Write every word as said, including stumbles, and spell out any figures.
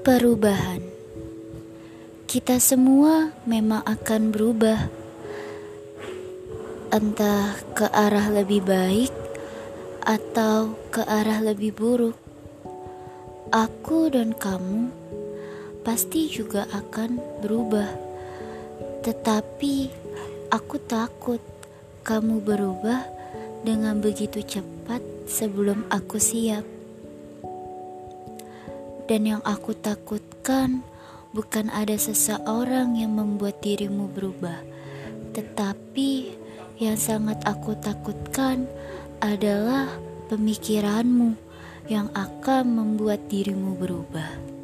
Perubahan. Kita semua memang akan berubah, entah ke arah lebih baik atau ke arah lebih buruk. Aku dan kamu pasti juga akan berubah, tetapi aku takut kamu berubah dengan begitu cepat sebelum aku siap. Dan yang aku takutkan bukan ada seseorang yang membuat dirimu berubah, tetapi yang sangat aku takutkan adalah pemikiranmu yang akan membuat dirimu berubah.